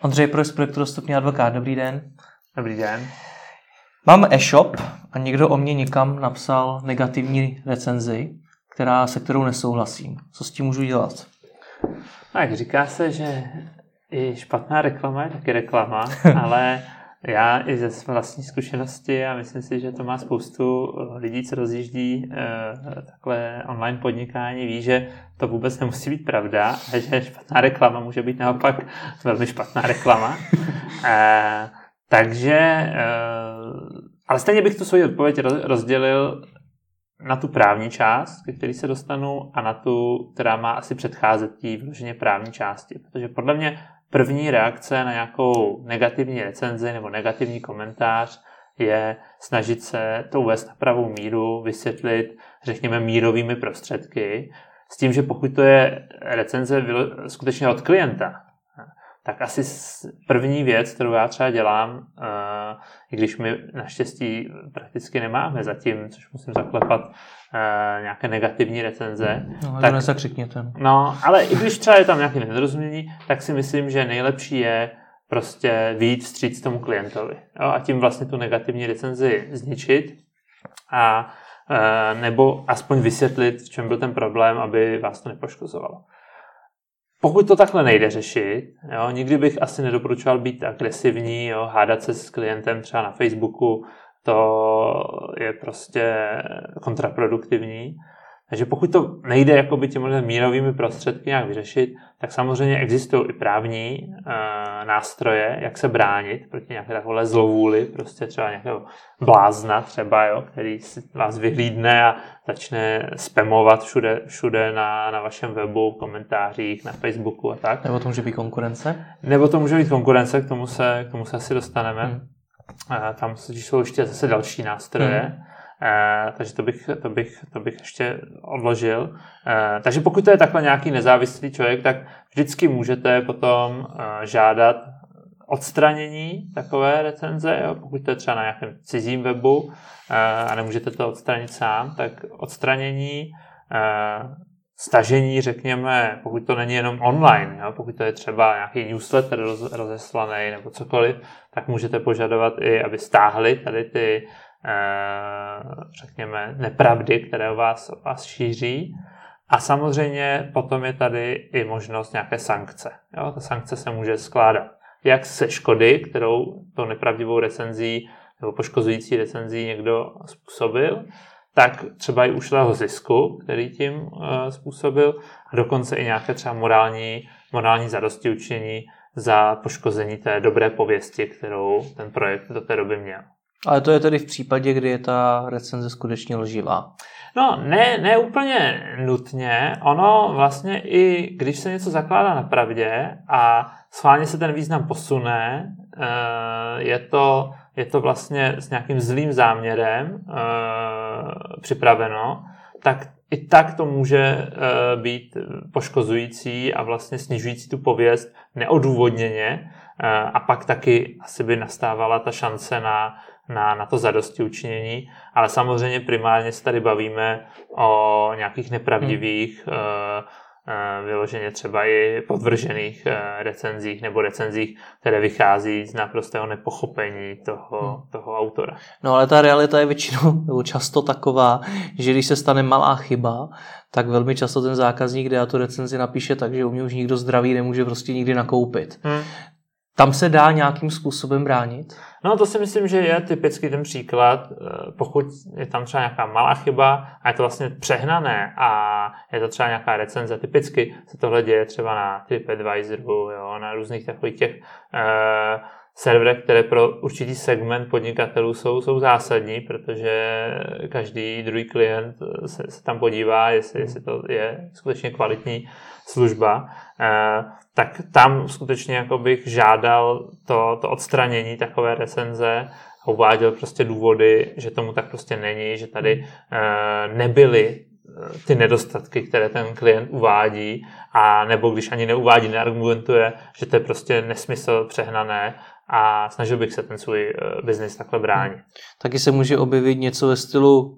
Ondřej Projs z projektu Dostupný advokát. Dobrý den. Dobrý den. Mám e-shop a někdo o mě někam napsal negativní recenzi, se kterou nesouhlasím. Co s tím můžu dělat? Tak říká se, že i špatná reklama je taky reklama, ale já i ze své vlastní zkušenosti a myslím si, že to má spoustu lidí, co rozjíždí takhle online podnikání, ví, že to vůbec nemusí být pravda a že špatná reklama může být naopak velmi špatná reklama. Ale stejně bych tu svoji odpověď rozdělil na tu právní část, ke který se dostanu, a na tu, která má asi předcházet té vyloženě právní části. Protože podle mě první reakce na nějakou negativní recenzi nebo negativní komentář je snažit se to uvést na pravou míru, vysvětlit, řekněme, mírovými prostředky, s tím, že pokud to je recenze skutečně od klienta, tak asi první věc, kterou já třeba dělám, i když my naštěstí prakticky nemáme zatím, což musím zaklepat, nějaké negativní recenze. No, tak nezakřikněte. No, ale i když třeba je tam nějaké nedorozumění, tak si myslím, že nejlepší je prostě vyjít vstříc tomu klientovi. Jo, a tím vlastně tu negativní recenzi zničit nebo aspoň vysvětlit, v čem byl ten problém, aby vás to nepoškozovalo. Pokud to takhle nejde řešit, jo, nikdy bych asi nedoporučoval být agresivní, jo, hádat se s klientem třeba na Facebooku, to je prostě kontraproduktivní. Takže pokud to nejde jakoby těmi mírovými prostředky nějak vyřešit, tak samozřejmě existují i právní nástroje, jak se bránit proti nějaké takové zlovůli, prostě třeba nějakého blázna třeba, jo, který si vás vyhlídne a začne spamovat všude na vašem webu, komentářích, na Facebooku a tak. Nebo to může být konkurence? Nebo to může být konkurence, k tomu se asi dostaneme. Tam jsou ještě zase další nástroje. Takže to bych ještě odložil. Takže pokud to je takhle nějaký nezávislý člověk, tak vždycky můžete potom žádat odstranění takové recenze, jo? Pokud to je třeba na nějakém cizím webu a nemůžete to odstranit sám, tak odstranění, stažení, řekněme, pokud to není jenom online, jo? Pokud to je třeba nějaký newsletter rozeslaný nebo cokoliv, tak můžete požadovat i, aby stáhli tady ty řekněme, nepravdy, které o vás šíří. A samozřejmě potom je tady i možnost nějaké sankce. Jo? Ta sankce se může skládat jak se škody, kterou tou nepravdivou recenzí nebo poškozující recenzí někdo způsobil, tak třeba i ušlého zisku, který tím způsobil, a dokonce i nějaké třeba morální zadostiučinění za poškození té dobré pověsti, kterou ten projekt do té doby měl. Ale to je tedy v případě, kdy je ta recenze skutečně lživá. No, ne úplně nutně. Ono vlastně i když se něco zakládá na pravdě a schválně se ten význam posune, je to vlastně s nějakým zlým záměrem připraveno, tak i tak to může být poškozující a vlastně snižující tu pověst neodůvodněně, a pak taky asi by nastávala ta šance na to zadostiučinění, ale samozřejmě primárně se tady bavíme o nějakých nepravdivých, vyloženě třeba i podvržených recenzích nebo recenzích, které vychází z naprostého nepochopení toho autora. No ale ta realita je většinou nebo často taková, že když se stane malá chyba, tak velmi často ten zákazník, kde tu recenzi napíše tak, že u mě už nikdo zdravý nemůže prostě nikdy nakoupit. Tam se dá nějakým způsobem bránit? No to si myslím, že je typicky ten příklad, pokud je tam třeba nějaká malá chyba a je to vlastně přehnané a je to třeba nějaká recenze. Typicky se tohle děje třeba na TripAdvisoru, jo, na různých takových těch serverech, které pro určitý segment podnikatelů jsou zásadní, protože každý druhý klient se tam podívá, jestli to je skutečně kvalitní služba, tak tam skutečně jako bych žádal to odstranění takové recenze a uváděl prostě důvody, že tomu tak prostě není, že tady nebyly ty nedostatky, které ten klient uvádí, a nebo když ani neuvádí, neargumentuje, že to je prostě nesmysl, přehnané, a snažil bych se ten svůj biznis takhle bránit. Taky se může objevit něco ve stylu,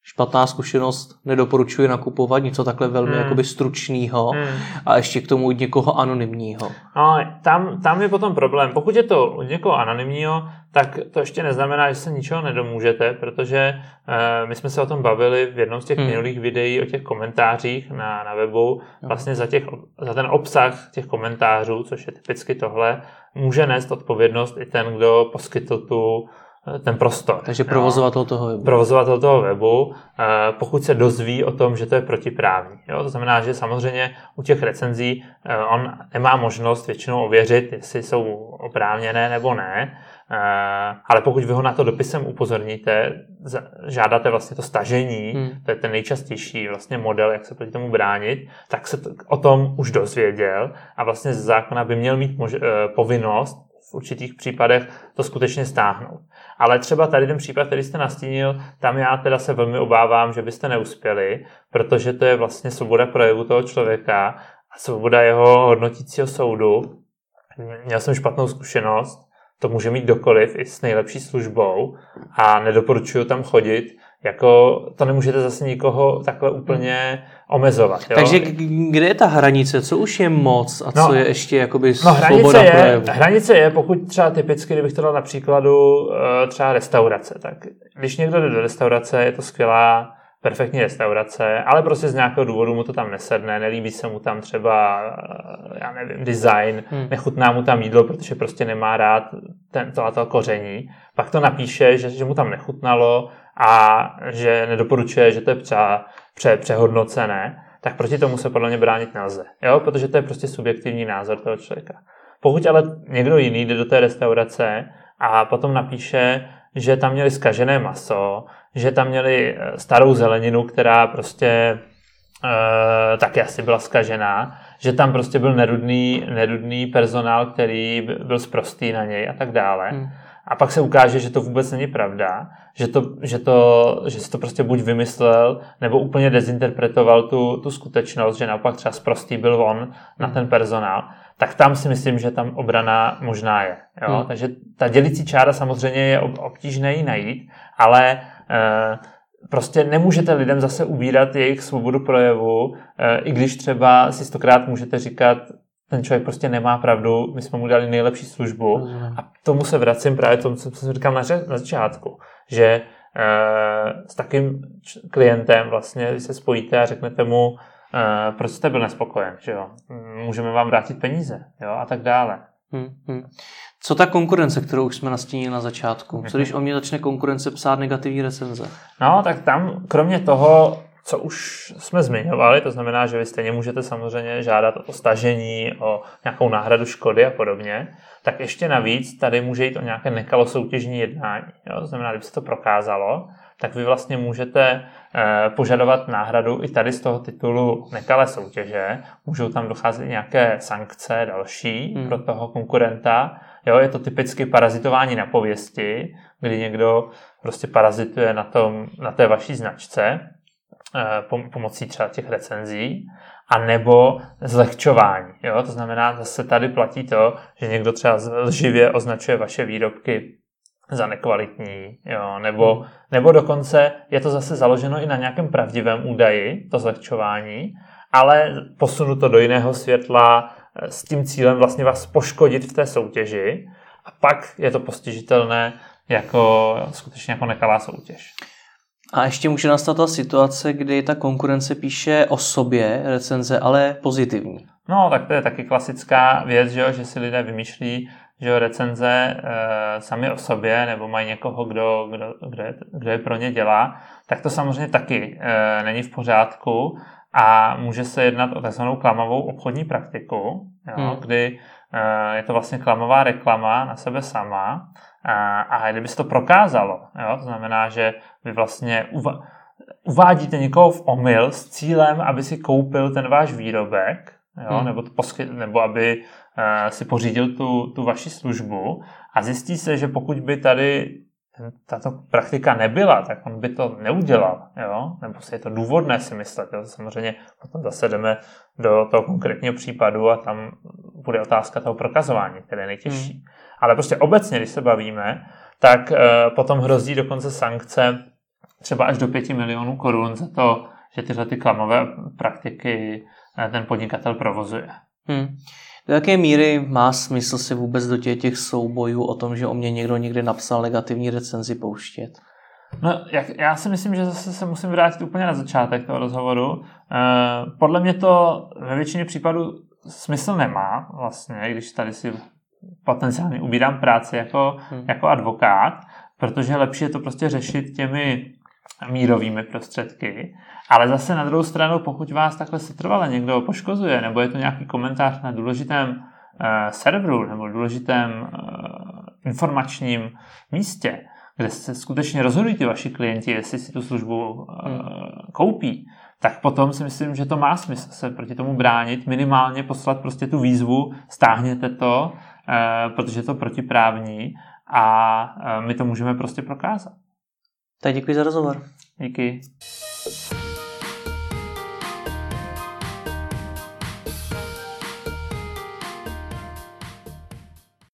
špatná zkušenost, nedoporučuji nakupovat, něco takhle velmi jakoby stručného a ještě k tomu od někoho anonymního. No, tam je potom problém. Pokud je to od někoho anonymního, tak to ještě neznamená, že se ničeho nedomůžete, protože my jsme se o tom bavili v jednom z těch minulých videí o těch komentářích na webu. Vlastně za ten obsah těch komentářů, což je typicky tohle, může nést odpovědnost i ten, kdo poskytl ten prostor. Takže provozovatel toho webu. Provozovatel toho webu, pokud se dozví o tom, že to je protiprávní. Jo? To znamená, že samozřejmě u těch recenzí on nemá možnost většinou ověřit, jestli jsou oprávněné nebo ne, ale pokud vy ho na to dopisem upozorníte, žádáte vlastně to stažení, to je ten nejčastější vlastně model, jak se proti tomu bránit, tak se o tom už dozvěděl a vlastně z zákona by měl mít povinnost v určitých případech to skutečně stáhnout. Ale třeba tady ten případ, který jste nastínil, tam já teda se velmi obávám, že byste neuspěli, protože to je vlastně svoboda projevu toho člověka a svoboda jeho hodnotícího soudu. Měl jsem špatnou zkušenost, to může mít kdokoliv i s nejlepší službou a nedoporučuju tam chodit, jako to nemůžete zase nikoho takhle úplně omezovat. Jo? Takže kde je ta hranice? Co už je moc a co je ještě jakoby svoboda projevu? Hranice je, pokud třeba typicky, kdybych to dal na příkladu třeba restaurace, tak když někdo jde do restaurace, je to skvělá, perfektní restaurace, ale prostě z nějakého důvodu mu to tam nesedne, nelíbí se mu tam třeba, já nevím, design, nechutná mu tam jídlo, protože prostě nemá rád to koření, pak to napíše, že mu tam nechutnalo a že nedoporučuje, že to je třeba přehodnocené, tak proti tomu se podle mě bránit nelze, jo? Protože to je prostě subjektivní názor toho člověka. Pokud ale někdo jiný jde do té restaurace a potom napíše, že tam měli zkažené maso, že tam měli starou zeleninu, která prostě taky asi byla zkažená, že tam prostě byl nerudný personál, který byl sprostý na něj a tak dále. A pak se ukáže, že to vůbec není pravda, že si to prostě buď vymyslel, nebo úplně dezinterpretoval tu skutečnost, že naopak třeba sprostý byl on na ten personál, tak tam si myslím, že tam obrana možná je. Jo? Takže ta dělicí čára samozřejmě je obtížné ji najít, ale prostě nemůžete lidem zase ubírat jejich svobodu projevu, i když třeba si 100krát můžete říkat, ten člověk prostě nemá pravdu, my jsme mu dali nejlepší službu. A tomu se vracím právě tomu, co jsem říkal na začátku, že s takým klientem vlastně, když se spojíte a řeknete mu, proč jste byl nespokojen, že jo? Můžeme vám vrátit peníze, jo? A tak dále. Co ta konkurence, kterou už jsme nastínili na začátku? Co když o mě začne konkurence psát negativní recenze? No, tak tam, kromě toho, co už jsme zmiňovali, to znamená, že vy stejně můžete samozřejmě žádat o stažení, o nějakou náhradu škody a podobně, tak ještě navíc tady může jít o nějaké nekalosoutěžní jednání. Jo? To znamená, kdyby se to prokázalo, tak vy vlastně můžete požadovat náhradu i tady z toho titulu nekalé soutěže. Můžou tam docházet nějaké sankce další pro toho konkurenta. Jo, je to typicky parazitování na pověsti, kdy někdo prostě parazituje na té vaší značce pomocí třeba těch recenzí, a nebo zlehčování. Jo? To znamená, zase tady platí to, že někdo třeba lživě označuje vaše výrobky za nekvalitní, jo? Nebo dokonce je to zase založeno i na nějakém pravdivém údaji, to zlehčování, ale posunu to do jiného světla s tím cílem vlastně vás poškodit v té soutěži a pak je to postižitelné skutečně jako nekalá soutěž. A ještě může nastat ta situace, kdy ta konkurence píše o sobě recenze, ale pozitivní. No, tak to je taky klasická věc, že si lidé vymýšlí, že recenze sami o sobě, nebo mají někoho, kdo je pro ně dělá, tak to samozřejmě taky není v pořádku a může se jednat o takzvanou klamavou obchodní praktiku, kdy je to vlastně klamová reklama na sebe sama. A kdyby se to prokázalo, jo, to znamená, že vy vlastně uvádíte někoho v omyl s cílem, aby si koupil ten váš výrobek, jo, nebo aby si pořídil tu vaši službu a zjistí se, že pokud by tady tato praktika nebyla, tak on by to neudělal, jo, nebo si je to důvodné si myslet, jo, samozřejmě potom zase jdeme do toho konkrétního případu a tam bude otázka toho prokazování, které je nejtěžší. Ale prostě obecně, když se bavíme, tak potom hrozí dokonce sankce třeba až do 5 milionů korun za to, že tyhle ty klamové praktiky ten podnikatel provozuje. Do jaké míry má smysl si vůbec do těch soubojů o tom, že o mě někdo někde napsal negativní recenzi pouštět? No, já si myslím, že zase se musím vrátit úplně na začátek toho rozhovoru. Podle mě to ve většině případů smysl nemá vlastně, když tady si potenciálně ubírám práci jako advokát, protože lepší je to prostě řešit těmi mírovými prostředky. Ale zase na druhou stranu, pokud vás takhle setrvale někdo poškozuje, nebo je to nějaký komentář na důležitém serveru nebo důležitém informačním místě, kde se skutečně rozhodují ty vaši klienti, jestli si tu službu koupí, tak potom si myslím, že to má smysl se proti tomu bránit, minimálně poslat prostě tu výzvu, stáhněte to, protože je to protiprávní a my to můžeme prostě prokázat. Tak děkuji za rozhovor. Díky.